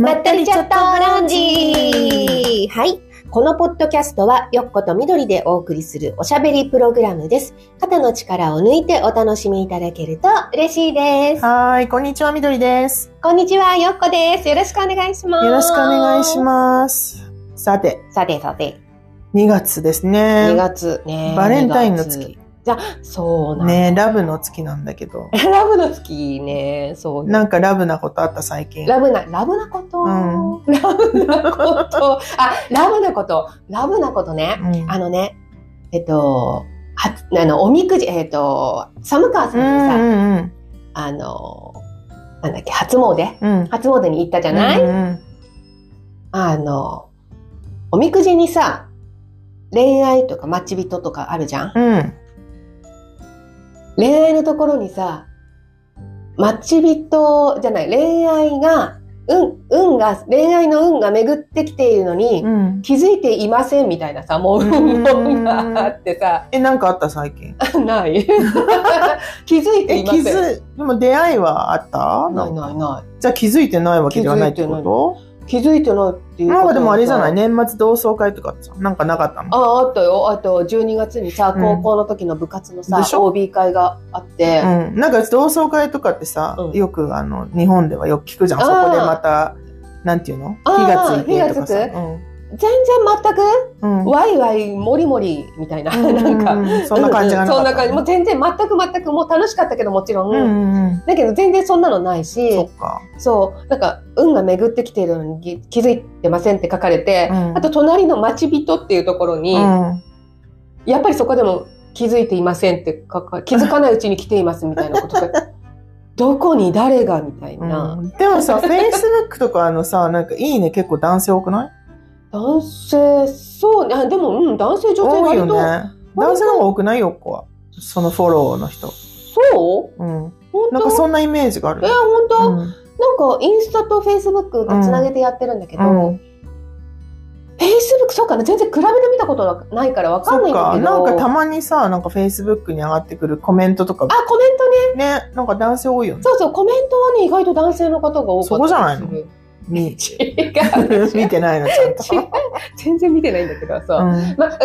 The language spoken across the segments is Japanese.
まったりチャットラウンジ。はい。このポッドキャストは、よっことみどりでお送りするおしゃべりプログラムです。肩の力を抜いてお楽しみいただけると嬉しいです。 はい。こんにちは、みどりです。 こんにちは、よっこです。よろしくお願いします。 よろしくお願いします。さて。2月ですね。 2月ね。 バレンタインの月。 じゃ、そうなんね、ラブの月なんだけど。 ラブの月ね、そう。 なんかラブなことあった最近。 ラブなこと、ラブなことね。おみくじ、寒川さんにさ、なんだっけ、初詣に行ったじゃない？おみくじにさ、恋愛とか待ち人とかあるじゃん？恋愛のところにさ、恋愛の運が巡ってきているのに、気づいていませんみたいなさ、もう運があってさ。 なんかあった最近？ ない。気づいていません。 でも出会いはあった？ ない。 じゃあ気づいてないわけではないってこと？ 気づいてないっていうことは。 なんかでもあれじゃない？年末同窓会とかさ、なんかなかったの？ あったよ。あと12月にさ、高校の時の部活のさ、OB 会があって。 なんか同窓会とかってさ、よく日本ではよく聞くじゃん。そこでまた、なんていうの？火がついてとかさ。 全然ワイワイモリモリみたいな、なんか、 そんな感じがなかった。 そんな感じ。もう全然全くもう楽しかったけどもちろん。だけど全然そんなのないし、なんか運が巡ってきているのに気づいてませんって書かれて、あと隣の待ち人っていうところに、やっぱりそこでも気づいていませんって気づかないうちに来ていますみたいなことが。どこに誰がみたいな。 でもさ、Facebook とかさ、なんかいいね結構男性多くない？ 男性、そうね。でも、男性、女性多いよね。男性の方が多くないよ、子は。そのフォローの人。 そう？ なんかそんなイメージがある。 本当？なんか、インスタとフェイスブックとつなげてやってるんだけど、フェイスブック、そうかな、全然比べてみたことはないからわかんないんだけど。 なんかたまにさ、なんかフェイスブックに上がってくるコメントとか。 コメントね。 ね、なんか男性多いよね。 そう、コメントはね、意外と男性の方が多かった。 そこじゃないの？見てないのちゃんと。 全然見てないんだけど、そう。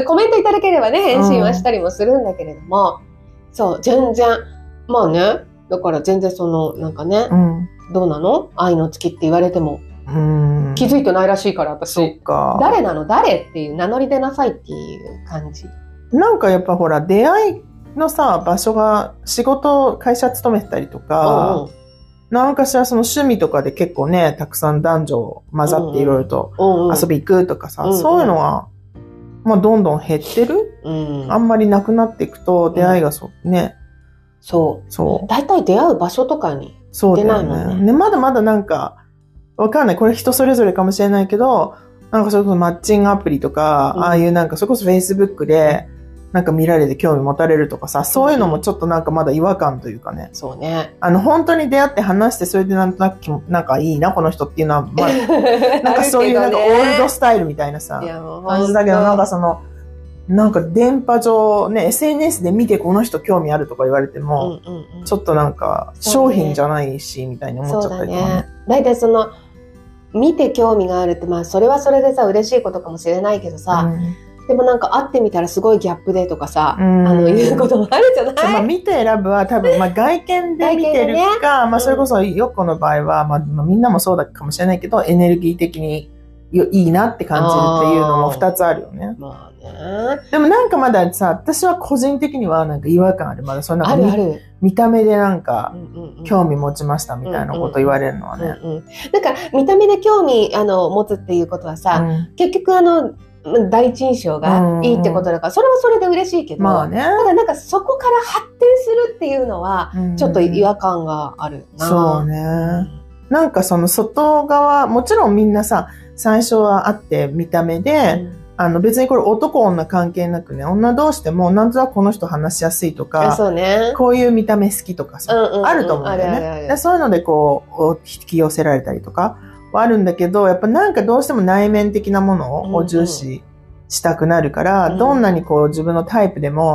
コメントいただければね、返信はしたりもするんだけれども、そう、全然、まあね、だから全然なんかね、どうなの？愛の月って言われても、気づいてないらしいから、私。誰なの？誰っていう、名乗り出なさいっていう感じ。 なんかやっぱほら、出会いのさ、場所が、会社勤めてたりとか、なんかしらその趣味とかで結構ね、たくさん男女混ざっていろいろと遊び行くとかさ、そういうのは、まあどんどん減ってる？あんまりなくなっていくと出会いがね。 そう。だいたい出会う場所とかに出ないもんね。 まだまだなんか、わかんない。これ人それぞれかもしれないけど、なんかそれこそマッチングアプリとか、ああいうなんかそれこそ Facebook で、なんか見られて興味持たれるとかさ、そういうのもちょっとなんかまだ違和感というかね。 そうね。 本当に出会って話して、それでなんとなく、なんかいいな、この人っていうのは、まあ、なんかそういうなんかオールドスタイルみたいなさ、感じだけど、なんかなんか電波上、ね、SNS で見てこの人興味あるとか言われても、ちょっとなんか商品じゃないし、みたいに思っちゃったりとかね。 だいたい見て興味があるって、まあそれはそれでさ、嬉しいことかもしれないけどさ、でもなんか会ってみたらすごいギャップでとかさ、いうこともあるじゃない？ 見て選ぶは多分、外見で見てるか、まあそれこそヨッコの場合は、まあみんなもそうだかもしれないけど、エネルギー的にいいなって感じるっていうのも2つあるよね。 まあね。 でもなんかまださ、私は個人的にはなんか違和感ある。まだそんな見た目でなんか興味持ちましたみたいなこと言われるのはね。 なんか見た目で興味持つっていうことはさ、結局第一印象がいいってことだから、それはそれで嬉しいけど、ただなんかそこから発展するっていうのは、ちょっと違和感があるな。 そうね。なんか外側、もちろんみんなさ、最初は会って見た目で、別にこれ男女関係なくね、女同士でもなんとなくこの人話しやすいとか、こういう見た目好きとかさ、あると思うんだよね。そういうので引き寄せられたりとかはあるんだけど、やっぱなんかどうしても内面的なものを重視したくなるから、どんなに自分のタイプでも、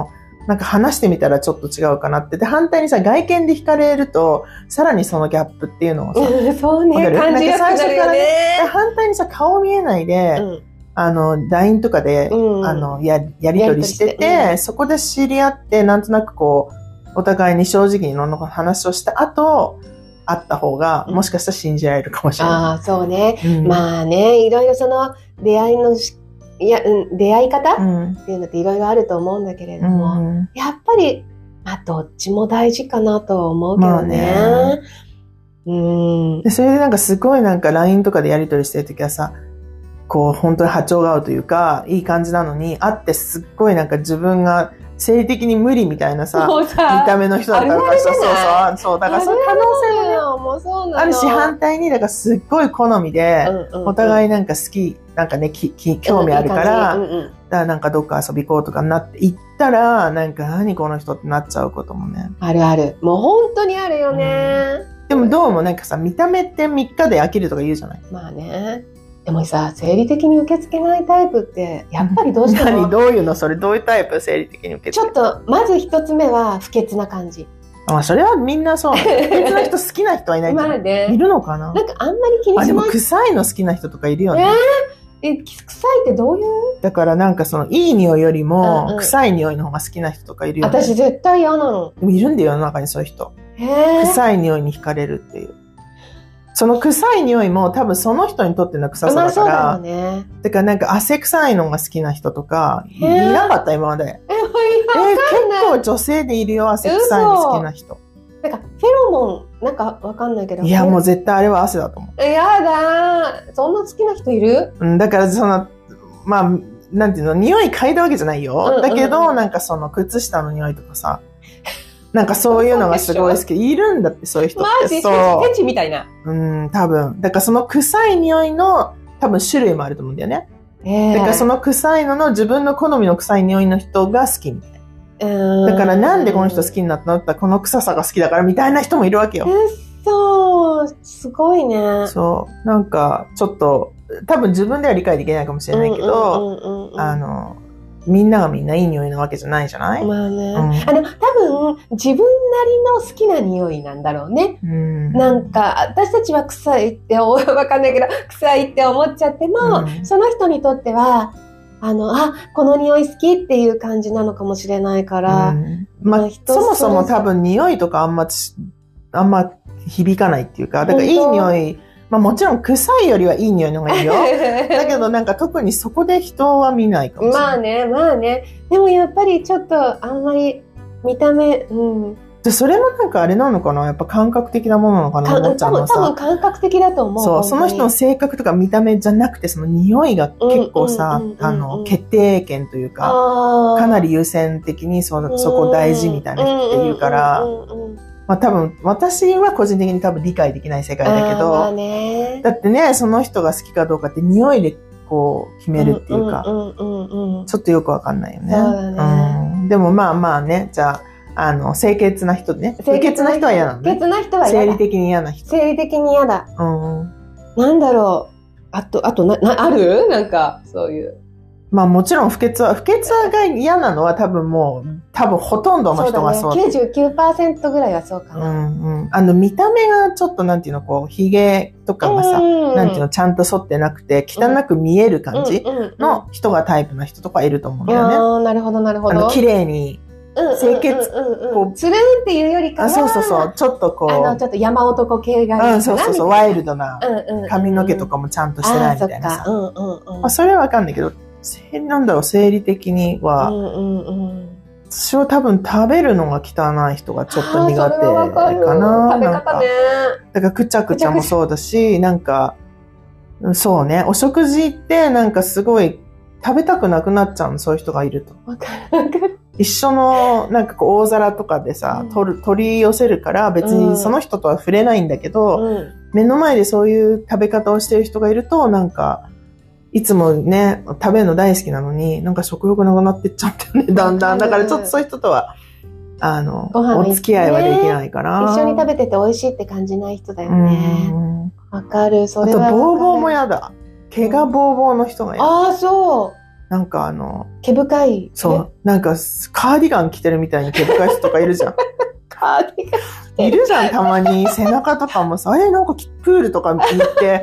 なんか話してみたらちょっと違うかなって。で、反対にさ、外見で惹かれると、さらにそのギャップっていうのをさ、 そうね、感じやすくなるよね。 反対にさ、顔見えないで、LINE とかで、やりとりしてて、そこで知り合って、なんとなくこう、お互いに正直にいろんな話をした後、会った方が、もしかしたら信じられるかもしれない。 ああ、そうね。まあね、いろいろその出会い方、っていうのっていろいろあると思うんだけれども、やっぱり、まあ、どっちも大事かなとは思うけどね。 でそれでなんかすごいなんか LINE とかでやり取りしてるときはさ、こう本当に波長が合うというか、いい感じなのに、会ってすっごいなんか自分が生理的に無理みたいなさ、見た目の人だったらそう、だからそういう可能性もあるし、反対に、だからすっごい好みで、お互いなんか好き、なんかね、興味あるから、だからなんかどっか遊び行こうとかなって行ったら、なんか何この人ってなっちゃうこともね。 あるある。もう本当にあるよね。 でもどうもなんかさ、見た目って3日で飽きるとか言うじゃない？ まあね。でもさ、生理的に受け付けないタイプって、やっぱりどうしても。 どういうのそれ、どういうタイプ生理的に受け付けちょっと、まず一つ目は不潔な感じ。 それはみんなそう。不潔な人好きな人はいないんじゃない？まあね。いるのかな？ なんかあんまり気にしない。 でも臭いの好きな人とかいるよね。 臭いってどういう？ だからなんかその、いい匂いよりも、臭い匂いの方が好きな人とかいるよね。 私絶対嫌なの。 でもいるんだよ、世の中にそういう人。臭い匂いに惹かれるっていう。その臭い匂いも多分その人にとっての臭さだから。 まあそうだよね。 だからなんか汗臭いのが好きな人とか、いなかった今まで。結構女性でいるよ、汗臭いの好きな人。 なんかフェロモン、なんかわかんないけど。 いやもう絶対あれは汗だと思う。 やだー。そんな好きな人いる？ だからその、まあ、なんていうの、匂い嗅いだわけじゃないよ。だけど、なんかその靴下の匂いとかさ、なんかそういうのがすごい好き。いるんだって、そういう人って。 マジ？フェチみたいな。 多分。だからその臭い匂いの多分種類もあると思うんだよね。だからその臭いのの自分の好みの臭い匂いの人が好きみたいな。だからなんでこの人好きになったのって言ったらこの臭さが好きだからみたいな人もいるわけよ。 そう、すごいね。 そう。なんかちょっと、多分自分では理解できないかもしれないけど、みんながみんないい匂いなわけじゃないじゃない？ まあね。多分、自分なりの好きな匂いなんだろうね。なんか、私たちは臭いって、わかんないけど、臭いって思っちゃっても、その人にとっては、この匂い好きっていう感じなのかもしれないから。 まあ、そもそも多分匂いとかあんま響かないっていうか、だからいい匂い、まあもちろん臭いよりはいい匂いの方がいいよ。だけどなんか特にそこで人は見ないかもしれない。 まあね。でもやっぱりちょっとあんまり見た目、 でそれもなんかあれなのかな、やっぱ感覚的なものなのかな、思っちゃうのさ。 多分感覚的だと思う。 そう、その人の性格とか見た目じゃなくて、その匂いが結構さ、決定権というか、かなり優先的にそこ大事みたいな人って言うから、まあ多分、私は個人的に多分理解できない世界だけど、だってね、その人が好きかどうかって匂いでこう決めるっていうか、ちょっとよくわかんないよね。 そうだね。 でもまあまあね、じゃあ、清潔な人ね。清潔な人は嫌なのね。 清潔な人は嫌だ。 生理的に嫌な人。 生理的に嫌だ。なんだろう。あと、ある？なんか、そういう。 まあもちろん不潔が嫌なのは多分ほとんどの人がそう。 そうだね。99% ぐらいはそうかな。 見た目がちょっとなんていうの、こう、髭とかがさ、なんていうの、ちゃんと剃ってなくて、汚く見える感じの人がタイプな人とかいると思うんだよね。 なるほど、なるほど。 綺麗に、清潔、 こう、つるんっていうよりかは、 そう、ちょっとこう、 ちょっと山男系がいいそう、ワイルドな、髪の毛とかもちゃんとしてないみたいなさ。まあ、それはわかんないけど、なんだろう、生理的には、私は多分食べるのが汚い人がちょっと苦手かな。 食べ方ね。 だからくちゃくちゃもそうだし、なんか、そうね、お食事ってなんかすごい食べたくなくなっちゃうの、そういう人がいると。一緒のなんかこう大皿とかでさ、取り寄せるから別にその人とは触れないんだけど、目の前でそういう食べ方をしてる人がいると、なんか、いつもね、食べるの大好きなのに、なんか食欲なくなってっちゃったよね、だんだん。だからちょっとそういう人とは、お付き合いはできないから。 一緒に食べてて美味しいって感じない人だよね。わかる、それは。 あと、ボーボーも嫌だ。毛がボーボーの人が嫌だ。 そう。 なんか毛深い。 そう。なんか、カーディガン着てるみたいに毛深い人とかいるじゃん。 カーディガンいるじゃん、たまに。背中とかもさ、なんかプールとか行って、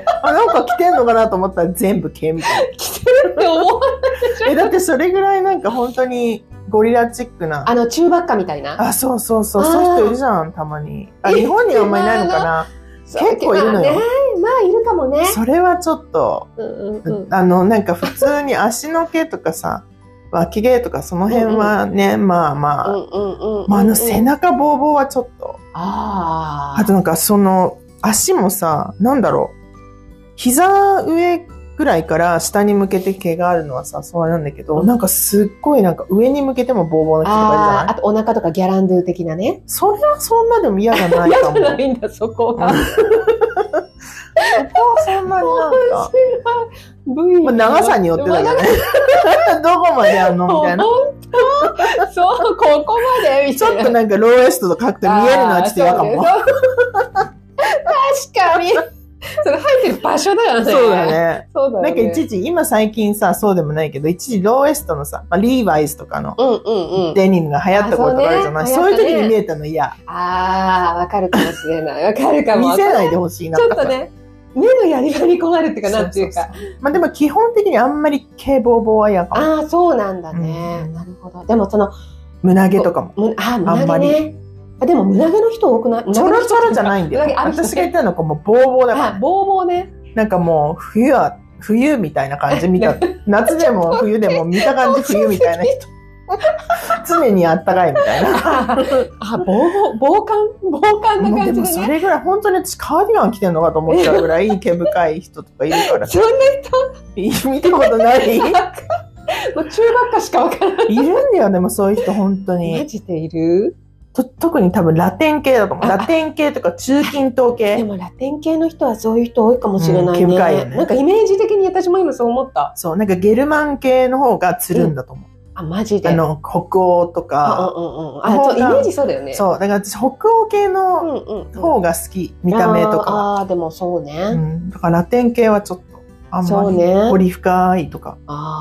なんか着てんのかなと思ったら全部毛みたいな。 着てるって思わない。 だってそれぐらいなんか本当にゴリラチックな。 中ばっかみたいな。 そういう人いるじゃん、たまに。日本にはあんまりいないのかな。結構いるのよ。 まあいるかもね。 それはちょっと、なんか普通に足の毛とかさ、脇毛とかその辺はね、まあ背中ボーボーはちょっと。あとなんか足もさ、なんだろう。膝上ぐらいから下に向けて毛があるのはさ、そうなんだけど、なんかすっごいなんか上に向けてもボーボーな毛とかいるじゃない？ あとお腹とかギャランドゥ的なね。 それはそんなでも嫌じゃないかも。 嫌じゃないんだ、そこが。 そこはそんなになんか。長さによってだよね。どこまであんのみたいな。 そう、ここまでみたいな。 ちょっとなんかローエストとかくて見えるのはちょっと嫌かも。 確かに。それ入ってる場所だよね。 そうだね。 そうだね。 なんか一時、今最近さ、そうでもないけど、一時ローエストのさ、リーバイスとかのデニムが流行ったことがあるじゃない？そういう時に見えたの嫌。 わかるかもしれない。わかるかも。 見せないでほしいな。 ちょっとね。目のやり場に困るっていうか、なんていうか。 でも基本的にあんまり毛ボーボーは嫌かも。 そうなんだね。なるほど。でも胸毛とかも。 胸毛ね。でも胸毛の人多くない？ ちょろちょろじゃないんだよ。私が言ったのはもうボーボーだから。 ボーボーね。 なんかもう冬みたいな感じ見た。夏でも冬でも見た感じ冬みたいな人。常にあったかいみたいな。 防寒な感じでね。 でもそれぐらい本当に私カーディガン着てんのかと思っちゃうぐらい毛深い人とかいるから。 そんな人見たことない？ もう中ばっかしかわからない。 いるんだよ、でもそういう人本当に。 マジでいる？ 特に多分ラテン系だと思う。ラテン系とか中近東系。 でもラテン系の人はそういう人多いかもしれないね。 毛深いよね。 なんかイメージ的に私も今そう思った。 そう、なんかゲルマン系の方がつるんだと思う。 マジで。 北欧とか。 そう、イメージそうだよね。 そう、だから私北欧系の方が好き。見た目とか。 でもそうね。 だからラテン系はちょっと、あんまり彫り深いとか。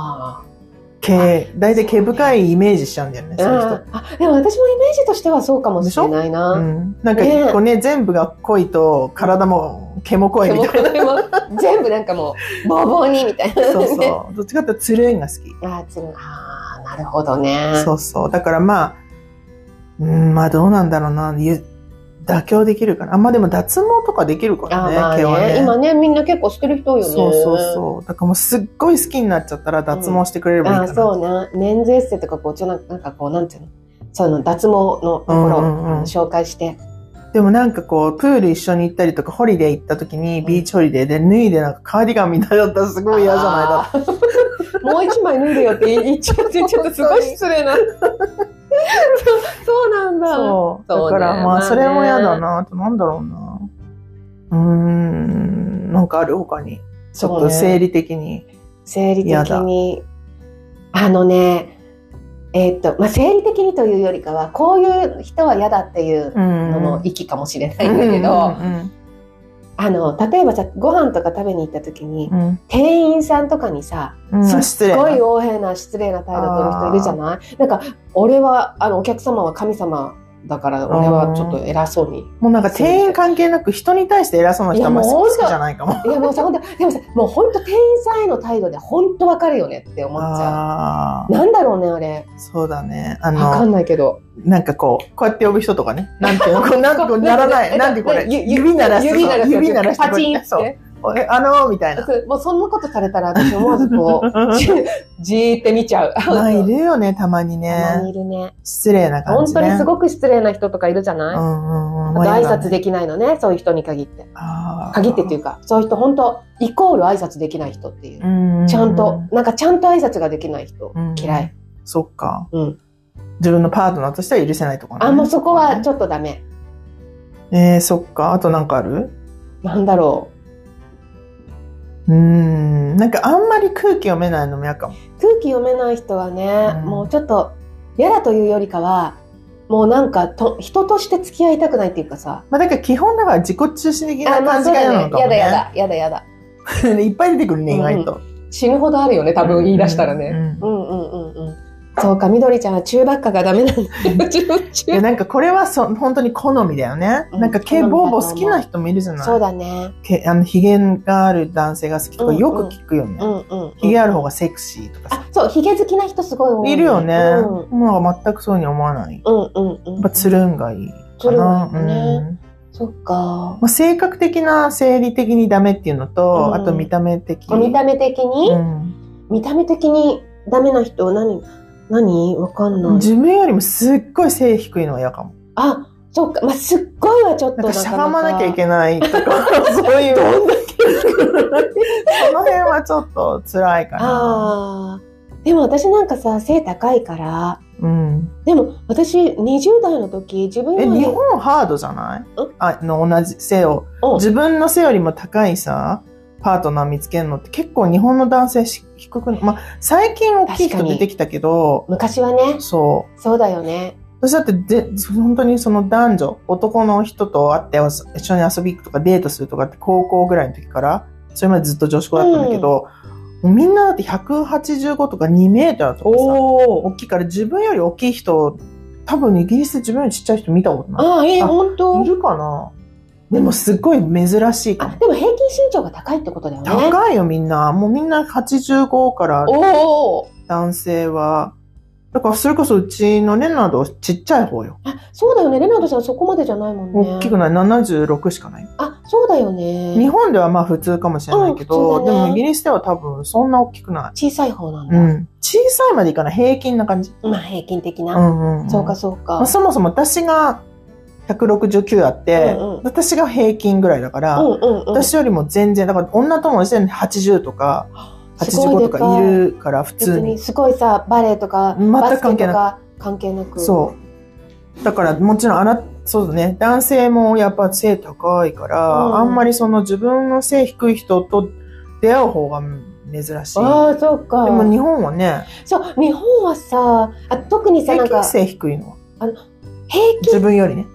だいたい毛深いイメージしちゃうんだよね、そういう人。 でも私もイメージとしてはそうかもしれないな。 なんか結構ね、全部が濃いと体も毛も濃いみたいな。 全部なんかもう、ボーボーにみたいな。 そうそう。どっちかっていうとつるんが好き。 つるん。なるほどね。 そうそう。だからまあどうなんだろうな。妥協できるかな。でも脱毛とかできるからね、毛はね。 今ね、みんな結構してる人多いよね。 そう。だからもうすっごい好きになっちゃったら脱毛してくれればいいかな。 そうね。メンズエッセイとかなんかこう、なんていうの？そういうの、脱毛のところを紹介して。でもなんかこう、プール一緒に行ったりとか、ホリデー行った時に、ビーチホリデーで脱いでなんかカーディガンみたいだったらすごい嫌じゃないだもう一枚脱いでよって言っちゃって、ちょっとすごい失礼な。そうなんだ。 そう。だからそれも嫌だな。あとなんだろうな。なんかある他に。ちょっと生理的に。 生理的に。生理的にというよりかは、こういう人は嫌だっていうのの域かもしれないんだけど、例えばご飯とか食べに行った時に、店員さんとかにさ、すっごい横柄な失礼な態度を取る人いるじゃない？なんか、俺は、お客様は神様だから、俺はちょっと偉そうに。 もうなんか店員関係なく人に対して偉そうな人は好きじゃないかも。 いやもうさ、でもさ、もう本当店員さんへの態度で本当わかるよねって思っちゃう。なんだろうね、あれ。 そうだね。 わかんないけど。 なんかこうやって呼ぶ人とかね。なんていうのなんかならない。なんでこれ指鳴らしてパチンって。 みたいな。 もうそんなことされたら私思わずこう、じーって見ちゃう。 いるよね、たまにね。 たまにいるね。 失礼な感じね。 本当にすごく失礼な人とかいるじゃない？挨拶できないのね、そういう人に限って。限ってっていうか、そういう人本当、イコール挨拶できない人っていう。ちゃんと挨拶ができない人、嫌い。 そっか。自分のパートナーとしては許せないところね。 もうそこはちょっとダメ。 そっか。あとなんかある？ なんだろう。 なんかあんまり空気読めないのも嫌かも。 空気読めない人はね、もうちょっと嫌だというよりかは、もうなんか人として付き合いたくないっていうかさ。 だから基本だから自己中心的な感じが嫌なのかもね。 やだ。 いっぱい出てくるね、意外と。 死ぬほどあるよね、多分言い出したらね。そうか、みどりちゃんは中ばっかがダメなんだよ。 いや、なんかこれは本当に好みだよね。なんか毛ボーボー好きな人もいるじゃない。 そうだね。 ヒゲがある男性が好きとかよく聞くよね。ヒゲある方がセクシーとかさ。 そう、ヒゲ好きな人すごい多い。 いるよね。もう全くそうに思わない。やっぱつるんがいいかな。 そっか。 まあ、性格的な、生理的にダメっていうのと、あと見た目的。 見た目的に見た目的にダメな人は何わかんない。 自分よりもすっごい背低いのは嫌かも。 あ、そっか。まあ、すっごいはちょっとなんかしゃがまなきゃいけないとか、そういう。 どんだけその辺はちょっと辛いかな。 でも私なんかさ、背高いから、でも私20代の時自分より日本ハードじゃない同じ背を。自分の背よりも高いさ、パートナー見つけるのって結構日本の男性低く、まあ、最近大きい人出てきたけど。 昔はね。そうだよね。 私だって本当にその男女、男の人と会って一緒に遊び行くとかデートするとかって高校ぐらいの時から、それまでずっと女子校だったんだけど、もうみんなだって185とか2メーターとかさ、大きいから自分より大きい人、多分イギリスで自分よりちっちゃい人見たことない。 本当？ いるかな？でもすっごい珍しいかも。 でも平均身長が高いってことだよね。 高いよみんな。もうみんな85から男性は。だからそれこそうちのレナードちっちゃい方よ。 そうだよね。レナードさんそこまでじゃないもんね。 大きくない。76しかない。 そうだよね。 日本ではまあ普通かもしれないけど、でもイギリスでは多分そんな大きくない。 小さい方なんだ。 小さいまでいかない。平均な感じ。 まあ平均的な。そうかそうか。 そもそも私が169あって、私が平均ぐらいだから、私よりも全然、だから女友達で80とか、85とかいるから普通に。 すごいさ、バレエとか、バスケとか関係なく。 そう。だからもちろんそうだね。男性もやっぱ背高いから、あんまりその自分の背低い人と出会う方が珍しい。 そうか。 でも日本はね。 そう、日本はさ、特にさ、なんか。 平均背低いのは。 平均自分よりね。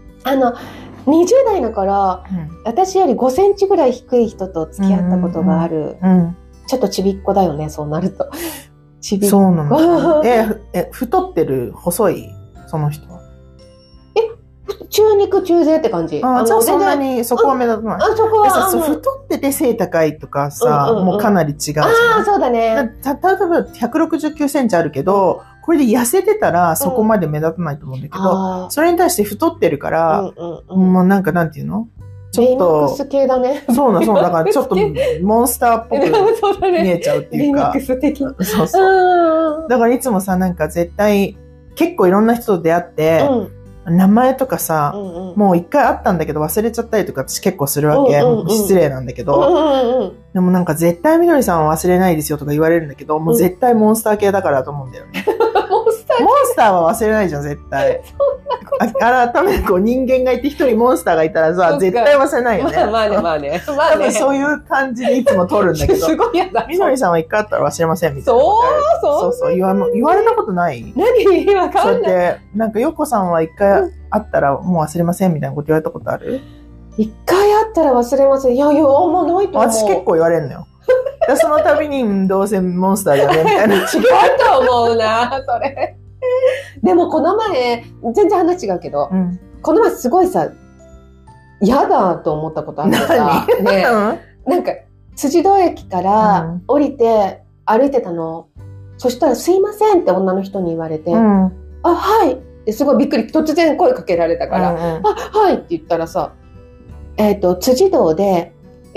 20代の頃、私より5センチぐらい低い人と付き合ったことがある。ちょっとちびっこだよね、そうなると。ちびっこ。 そうなの。太ってる、細い、その人は。 中肉中背って感じ。 じゃあそんなにそこは目立たない。 そこは。 太ってて背高いとかさ、もうかなり違うじゃん。 そうだね。 例えば169センチあるけど、これで痩せてたらそこまで目立たないと思うんだけど、それに対して太ってるから、もうなんかなんていうのちょっと。 ベイマックス系だね。 そうだからちょっとモンスターっぽく見えちゃうっていうか。 ベイマックス的。 そう。だからいつもさ、なんか絶対、結構いろんな人と出会って、名前とかさ、もう一回会ったんだけど忘れちゃったりとか私結構するわけ。失礼なんだけど。でもなんか絶対みどりさんは忘れないですよとか言われるんだけど、もう絶対モンスター系だからだと思うんだよね。モンスターは忘れないじゃん、絶対。改めてこう人間がいて一人モンスターがいたらさ、絶対忘れないよね。 まあね。 多分そういう感じでいつも撮るんだけど。 すごいやだ。 みどりさんは一回会ったら忘れませんみたいな。そう言われたことない何わかんない。 そうやって、なんかヨコさんは一回会ったらもう忘れませんみたいなこと言われたことある？ 一回会ったら忘れません。いや、もうないと思う。 私結構言われるのよ。その度にどうせモンスターだねみたいな。違うと思うな、それ。でもこの前、全然話違うけど、この前すごいさ、嫌だと思ったことあってさ、ね、なんか、辻堂駅から降りて歩いてたの。そしたらすいませんって女の人に言われて、はいってすごいびっくり、突然声かけられたから、はいって言ったらさ、辻堂で、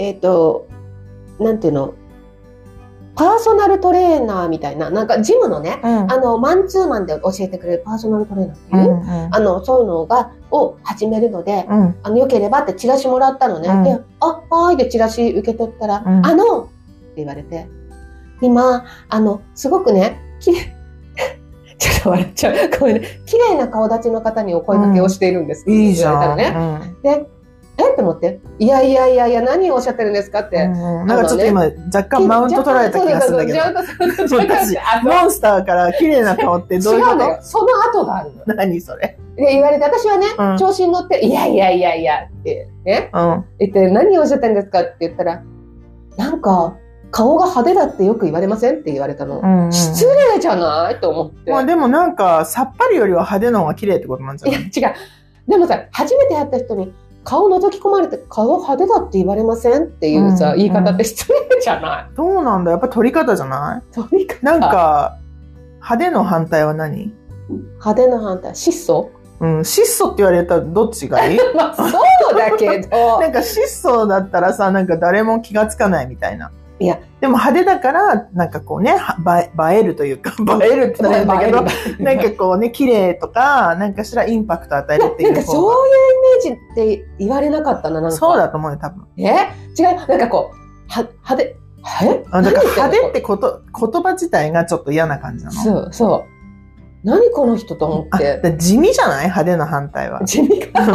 なんていうの、パーソナルトレーナーみたいな、なんかジムのね、マンツーマンで教えてくれるパーソナルトレーナーっていう、そういうのを始めるので、よければってチラシもらったのね。で、はーいでチラシ受け取ったら、って言われて、今、すごくね、ちょっと笑っちゃう。ごめんね。綺麗な顔立ちの方にお声掛けをしているんです。 いいじゃん。 で、って思って。いや、何をおっしゃってるんですかって。 なんかちょっと今、若干マウント取られた気がするんだけど。モンスターから綺麗な顔ってどういうこと？違うのよ。 その後があるの。 何それ？ で、言われて、私はね、調子に乗って、いやってね、言って、何をおっしゃってるんですかって言ったら、なんか、 顔が派手だってよく言われませんって言われたの。失礼じゃないと思って。 まあでもなんか、さっぱりよりは派手の方が綺麗ってことなんじゃない？ いや、違う。でもさ、初めて会った人に、顔覗き込まれて、顔派手だって言われませんっていうさ、言い方って失礼じゃない？ どうなんだ？やっぱ取り方じゃない？ 取り方。 なんか、派手の反対は何？ 派手の反対、質素？ 質素って言われたらどっちがいい？ まあそうだけど。 なんか質素だったらさ、なんか誰も気がつかないみたいな。 いや、 でも派手だから、なんかこうね、映えるというか、映えるって言ったら変だけど、なんかこうね、綺麗とか、なんかしらインパクト与えるっていう。 なんかそういうイメージって言われなかったな、なんか。 そうだと思うよ、多分。 違う。なんかこう、派手、 なんか派手って言葉自体がちょっと嫌な感じなの？ そう。何この人と思って。 地味じゃない？派手な反対は。 地味か。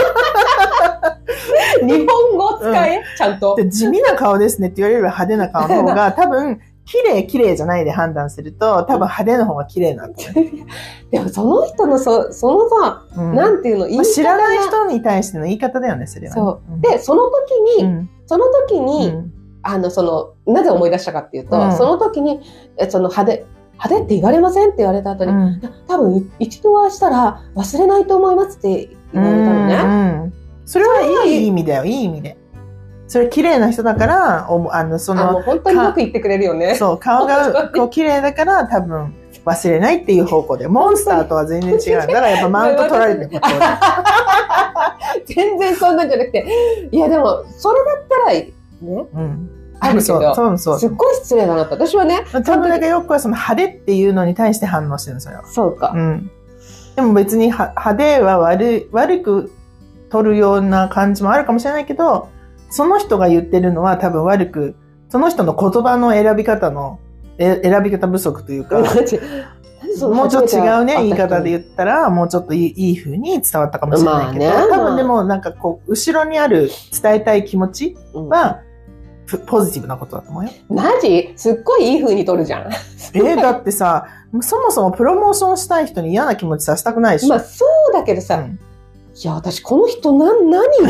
日本語使え、ちゃんと。 地味な顔ですねって言われる派手な顔の方が、多分、綺麗じゃないで判断すると、多分派手な方が綺麗なの。 でもその人のそのさ、なんていうの、言い方が、 知らない人に対しての言い方だよね、それは、ね。 そう。で、その時に、なぜ思い出したかっていうと、その時に、派手って言われませんって言われた後に、多分一度はしたら忘れないと思いますって言われたのね。 それはいい意味だよ、いい意味で。それ綺麗な人だから、 もう本当によく言ってくれるよね。 そう、顔がこう綺麗だから多分忘れないっていう方向で。モンスターとは全然違う。だからやっぱマウント取られてること。 全然そんなんじゃなくて。いやでも、それだったら、ね。あるけど、すっごい失礼だなと。私はね。 多分だけよくはその派手っていうのに対して反応してるの、それは。 そうか。 でも別に派手は悪く取るような感じもあるかもしれないけど、その人が言ってるのは多分その人の言葉の選び方不足というか、もうちょっと違うね、言い方で言ったら、もうちょっといい風に伝わったかもしれないけど、多分でもなんかこう、後ろにある伝えたい気持ちは、ポジティブなことだと思うよ。 マジ？すっごいいい風に取るじゃん。 だってさ、そもそもプロモーションしたい人に嫌な気持ちさせたくないし。 まあそうだけどさ、いや、私、この人、誰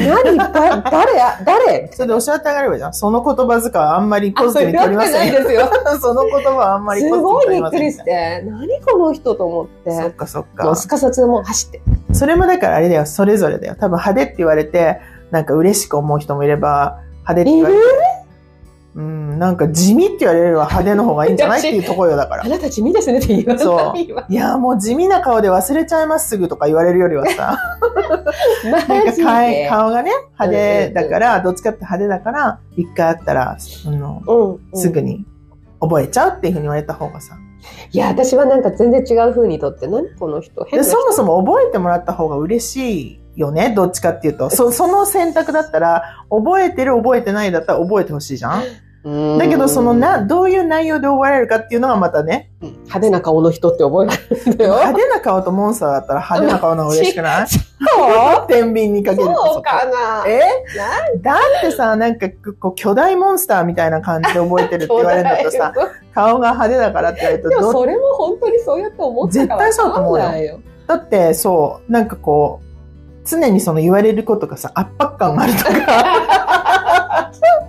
それでおっしゃってあげればいいじゃん。その言葉遣いはあんまりポジティブに取りませんよ。その言葉はあんまりポジティブに取りません。 すごいびっくりして。何この人と思って。 そっかそっか。 もうすかさずもう走って。 それもだからあれだよ、それぞれだよ。多分派手って言われて、なんか嬉しく思う人もいれば、派手って言われて。なんか地味って言われれば派手の方がいいんじゃないっていうところよ、だから。 あなた地味ですねって言わないわ。 いや、もう地味な顔で忘れちゃいますすぐとか言われるよりはさ。なんか顔がね、派手だから、どっちかって派手だから、一回会ったら、すぐに覚えちゃうっていうふうに言われた方がさ。 いや、私はなんか全然違う風にとって、何この人、変な人。 そもそも覚えてもらった方が嬉しいよね、どっちかっていうと。その選択だったら、覚えてる覚えてないだったら覚えてほしいじゃん。だけど、どういう内容で覚えられるかっていうのがまたね。 派手な顔の人って覚えられるんだよ。 派手な顔とモンスターだったら派手な顔の方が嬉しくない？天秤にかけると。 そうかな。 だってさ、なんか、こう、巨大モンスターみたいな感じで覚えてるって言われるのとさ、顔が派手だからって言われると。 でもそれも本当にそうやって思ってたから。 絶対そうと思うよ。だって、そう、なんかこう、常に言われることがさ、圧迫感があるとか。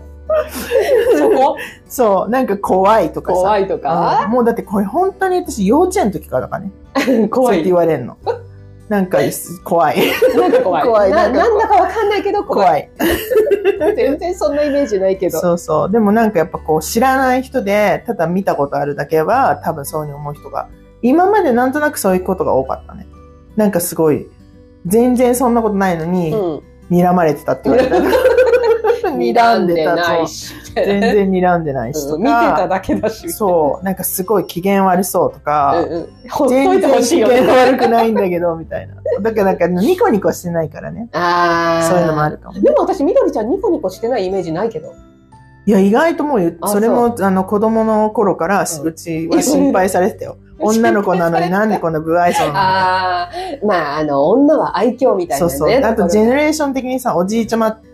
そう、なんか怖いとかさ。 怖いとか、 もうだってこれ本当に私幼稚園の時からかね。怖いって言われるの。なんか怖い。 なんか怖い。なんだかわかんないけど怖い。全然そんなイメージないけど。 そうそう。でもなんかやっぱこう知らない人で、ただ見たことあるだけは多分そういうふうに思う人が、今までなんとなくそういうことが多かったね。なんかすごい、全然そんなことないのに、睨まれてたって言われた。 睨んでないし。 全然睨んでないしとか。 見てただけだし。 そう。なんかすごい機嫌悪そうとか。 ほっといてほしいよね。 全然機嫌悪くないんだけど、みたいな。だからなんかニコニコしてないからね。そういうのもあるかも。 でも私、みどりちゃんニコニコしてないイメージないけど。 いや、意外ともう、それも、子供の頃から、うちは心配されてたよ。女の子なのになんでこんな不愛想なの？ まあ、女は愛嬌みたいなね。 そうそう。あと、ジェネレーション的にさ、おじいちゃま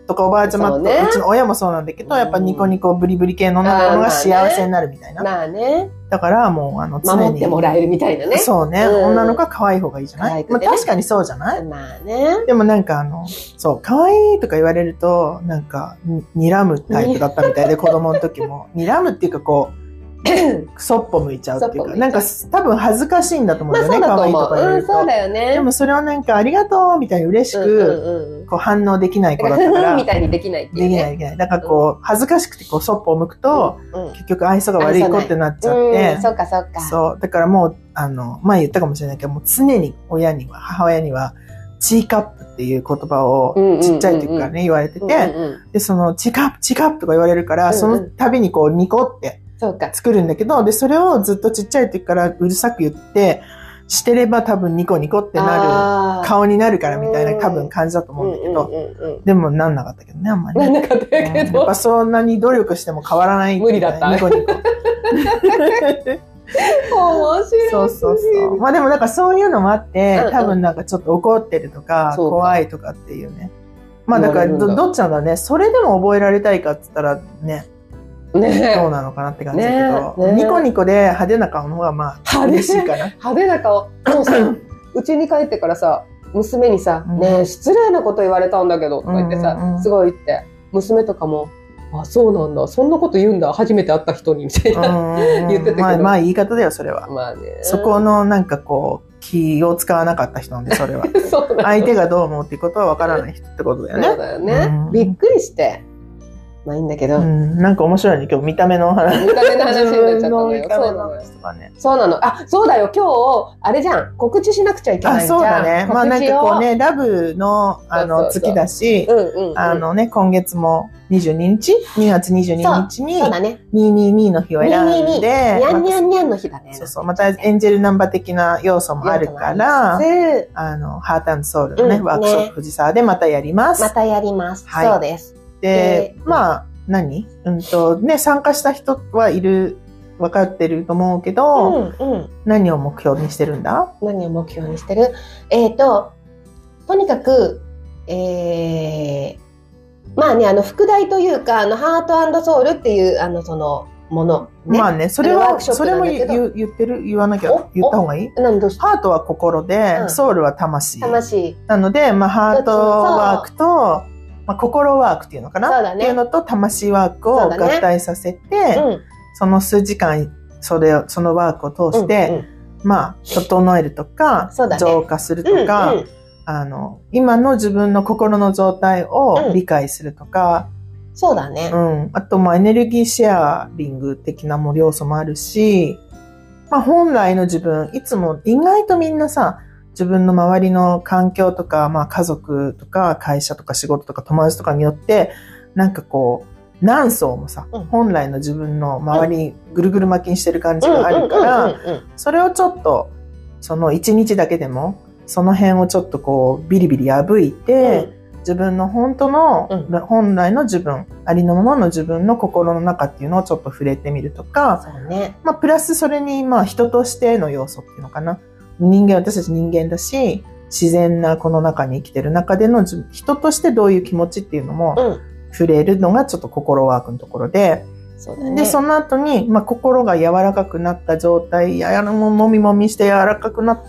とかおばあちゃまと、うちの親もそうなんだけど、やっぱニコニコブリブリ系の女の子が幸せになるみたいな。 まあね。 だからもう常に。 守ってもらえるみたいなね。 そうね。女の子は可愛い方がいいじゃない？まあ確かにそうじゃない？ まあね。 でもなんかそう、可愛いとか言われると、なんか、睨むタイプだったみたいで、子供の時も。睨むっていうかこう、そっぽ向いちゃうっていうか、なんか多分恥ずかしいんだと思うんだよね、可愛いとか言われると。 そうだよね。 でもそれをなんかありがとうみたいに嬉しく、こう反応できない子だったから。 みたいにできないっていうね。 できない。だからこう、恥ずかしくてこう、そっぽを向くと、結局愛想が悪い子ってなっちゃって。 そうかそうか。 そう。だからもう、前言ったかもしれないけど、もう常に母親には、チーカップっていう言葉をちっちゃい時からね、言われてて、で、そのチーカップとか言われるから、その度にこう、ニコって作るんだけど、で、それをずっとちっちゃい時からうるさく言って、してれば多分ニコニコってなる、顔になるからみたいな多分感じだと思うんだけど、でもなんなかったけどね、あんまり。 なんなかったけど。 やっぱそんなに努力しても変わらない。 無理だった。 ニコニコ。 面白い。 そう。まあでもなんかそういうのもあって、多分なんかちょっと怒ってるとか、怖いとかっていうね。まあだからどっちなんだろうね。それでも覚えられたいかって言ったらね、どうなのかなって感じだけど、ニコニコで派手な顔の方がまあ嬉しいかな。 派手な顔。もうさ、うちに帰ってからさ、娘にさ、ねえ、失礼なこと言われたんだけど、とか言ってさ、すごい言って、娘とかも、あ、そうなんだ。そんなこと言うんだ。初めて会った人に、みたいな言ってたけど。 まあ言い方だよ、それは。 まあね。 そこのなんかこう、気を使わなかった人なんで、それは。相手がどう思うっていうことはわからない人ってことだよね。 そうだよね。びっくりして。まあいいんだけど。 なんか面白いね、今日見た目の話。 見た目の話になっちゃったのよ。そうなの。あ、そうだよ。今日、あれじゃん。告知しなくちゃいけないじゃん。 あ、そうだね。まあなんかこうね、ラブの、月だし、今月も22日 ?2 月22日に、222の日を選んで、 にゃんにゃんにゃんの日だね。 そう。またエンジェルナンバー的な要素もあるから、ハート&ソウルのね、ワークショップ藤沢でまたやります。 またやります。そうです。 で、まあ、参加した人分かってると思うけど、何を目標にしてるんだ？ 何を目標にしてる？とにかく、まあね、副題というか、ハート&ソウルっていう、その、もの。 まあね、それも言わなきゃ、言った方がいい？ハートは心で、ソウルは魂。なので、まあ、ハートワークと、まあ、心ワークっていうのかな、っていうのと魂ワークを合体させて、その数時間そのワークを通して、まあ整えるとか、浄化するとか、今の自分の心の状態を理解するとか、 そうだね。 あとまあエネルギーシェアリング的な要素もあるし、まあ本来の自分、いつも意外とみんなさ、自分の周りの環境とか、まあ家族とか会社とか仕事とか友達とかによって、なんかこう、何層もさ、本来の自分の周りにぐるぐる巻きにしてる感じがあるから、それをちょっと、その一日だけでも、その辺をちょっとこう、ビリビリ破いて、自分の本来の自分、ありのままの自分の心の中っていうのをちょっと触れてみるとか、まあプラスそれにまあ人としての要素っていうのかな。私たち人間だし、自然なこの中に生きてる中での人としてどういう気持ちっていうのも触れるのがちょっと心ワークのところで、で、その後に、まあ、心が柔らかくなった状態、もみもみして柔らかくなって、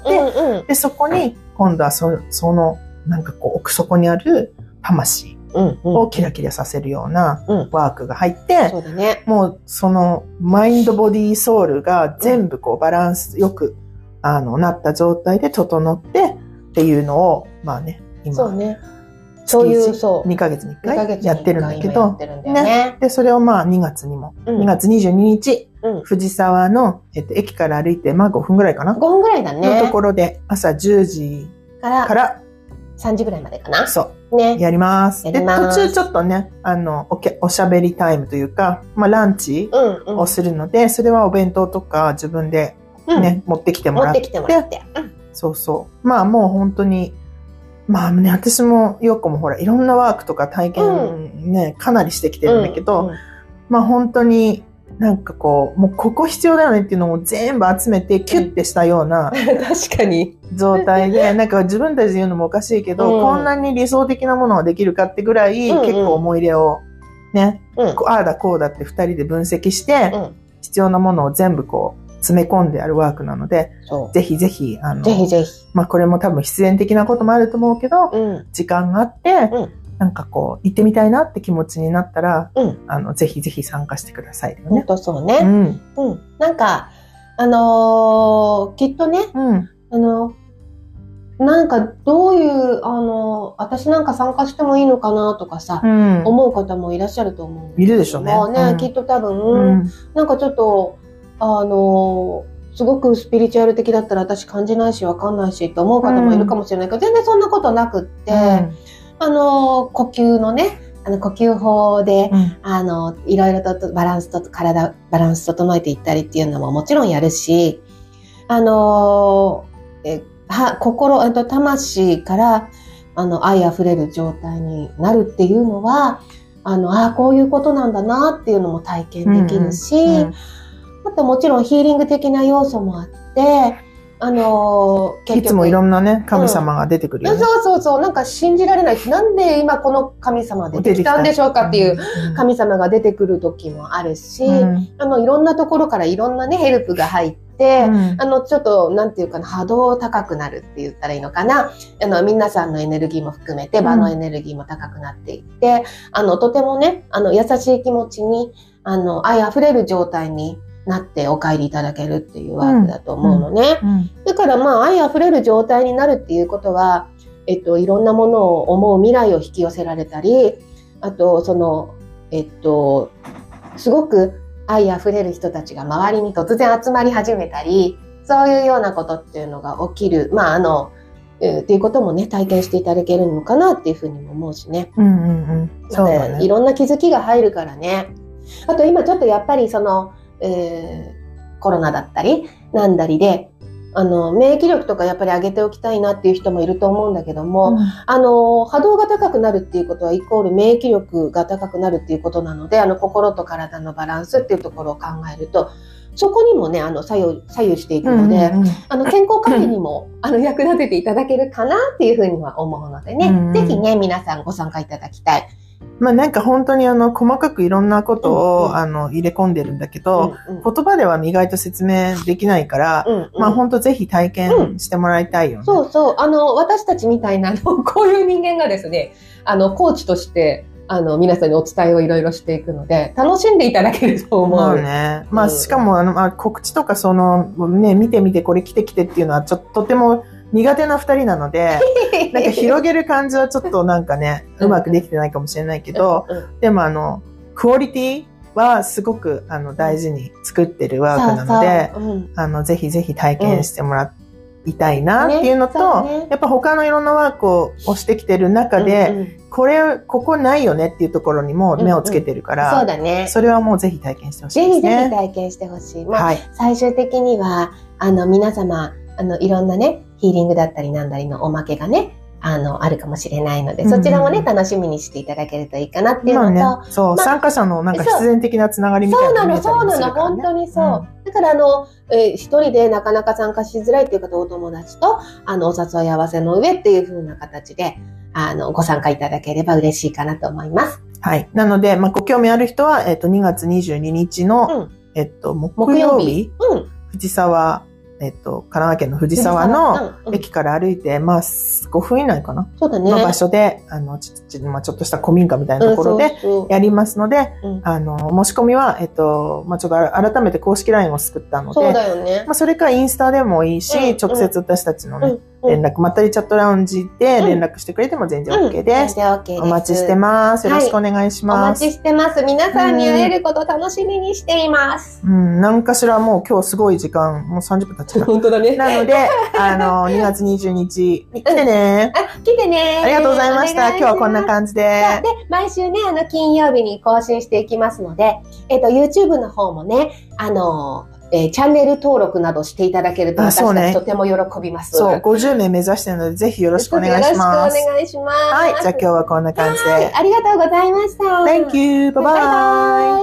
で、そこに今度はその、なんかこう、奥底にある魂をキラキラさせるようなワークが入って、もうそのマインド、ボディ、ソウルが全部こうバランスよくなった状態で整ってっていうのを、まあね、今、そういう、2ヶ月に1回やってるんだけど、ね。で、それをまあ2月にも、2月22日、藤沢の、駅から歩いて、まあ5分ぐらいかな。 5分ぐらいだね。 のところで、朝10時から 3時ぐらいまでかな。 そう。ね。やります。で、途中ちょっとね、おしゃべりタイムというか、まあランチをするので、それはお弁当とか自分でね、持ってきてもらって。そうそう。まあもう本当に、まあね、私もよくもほら、いろんなワークとか体験ね、かなりしてきてるんだけど、まあ本当に、 なんかこう、もうここ必要だよねっていうのを全部集めてキュッてしたような確かに状態で、なんか自分たちで言うのもおかしいけど、こんなに理想的なものができるかってぐらい、結構思い入れをね、ああだこうだって二人で分析して、必要なものを全部こう詰め込んであるワークなので、ぜひぜひ、 ぜひぜひ。 まあこれも多分必然的なこともあると思うけど、時間があって、なんかこう、行ってみたいなって気持ちになったら、ぜひぜひ参加してください、ね。 本当そうね。なんか、きっとね、なんかどういう、私なんか参加してもいいのかなとかさ、思う方もいらっしゃると思うんですけど。 いるでしょうね。 きっと多分、なんかちょっと、すごくスピリチュアル的だったら私感じないしわかんないしと思う方もいるかもしれないけど、全然そんなことなくって、呼吸のね、呼吸法で、いろいろとバランス整えていったりっていうのももちろんやるし、心、魂から、愛あふれる状態になるっていうのは、こういうことなんだなっていうのも体験できるし、あともちろんヒーリング的な要素もあって、 いつもいろんなね、神様が出てくるよね。 そう。なんか信じられない。なんで今この神様出てきたんでしょうかっていう神様が出てくる時もあるし、いろんなところからいろんなね、ヘルプが入って、ちょっと、なんていうかな、波動高くなるって言ったらいいのかな。皆さんのエネルギーも含めて、場のエネルギーも高くなっていって、とてもね、優しい気持ちに、愛あふれる状態に、なってお帰りいただけるっていうワークだと思うのね。だからまあ愛あふれる状態になるっていうことは、いろんなものを思う未来を引き寄せられたり、あとすごく愛あふれる人たちが周りに突然集まり始めたり、そういうようなことっていうのが起きる、っていうこともね、体験していただけるのかなっていうふうにも思うしね。 そうだね。 いろんな気づきが入るからね。あと今ちょっとやっぱりコロナだったりなんだりで免疫力とかやっぱり上げておきたいなっていう人もいると思うんだけども、波動が高くなるっていうことはイコール免疫力が高くなるっていうことなので、心と体のバランスっていうところを考えるとそこにもね左右していくので、健康管理にも役立てていただけるかなっていうふうには思うのでね、ぜひね皆さんご参加いただきたい。 まあなんか本当に細かくいろんなことを、入れ込んでるんだけど、言葉では意外と説明できないから、まあ本当ぜひ体験してもらいたいよね。 そう。私たちみたいなこういう人間がですね、コーチとして、皆さんにお伝えをいろいろしていくので、楽しんでいただけると思う。 まあね。まあしかも告知とか見てみてこれ来てっていうのはとても苦手な二人なので、なんか広げる感じはちょっとなんかね、うまくできてないかもしれないけど、でもクオリティはすごく大事に作ってるワークなので、ぜひぜひ体験してもらいたいなっていうのと、やっぱ他のいろんなワークをしてきてる中で、ここないよねっていうところにも目をつけてるから、 そうだね。 それはもうぜひ体験してほしいですね。 ぜひぜひ体験してほしい。最終的には、皆様、いろんなね、ヒーリングだったりなんだりのおまけがね、あるかもしれないので、そちらもね、楽しみにしていただけるといいかなっていうのと。 そう、参加者のなんか必然的なつながりみたいなのがそうなの、本当にそう。だから一人でなかなか参加しづらいっていう方、お友達と、お誘い合わせの上っていう風な形で、ご参加いただければ嬉しいかなと思います。 はい。なので、ご興味ある人は、2月22日の、木曜日、藤沢、神奈川県の藤沢の駅から歩いて、5分以内かなそうだね。の場所で、ちょっとした古民家みたいなところでやりますので、申し込みは、ちょっと改めて公式 LINE を作ったので、そうだよね。それかインスタでもいいし、直接私たちのね、連絡、まったりチャットラウンジで連絡してくれても全然 OK です。全然 OK です。お待ちしてます。よろしくお願いします。 お待ちしてます。皆さんに会えること楽しみにしています。 なんかしらもう今日すごい時間、もう30分経っちゃった。 本当だね。 なので、2月22日、来てね。 来てね。 ありがとうございました。今日はこんな感じで。 で、毎週ね、金曜日に更新していきますので、YouTube の方もね、チャンネル登録などしていただけると私たちとても喜びます。 そう、50名目指しているので、ぜひよろしくお願いします。 よろしくお願いします。 はい、じゃあ今日はこんな感じで。 ありがとうございました。 Thank you. Bye bye.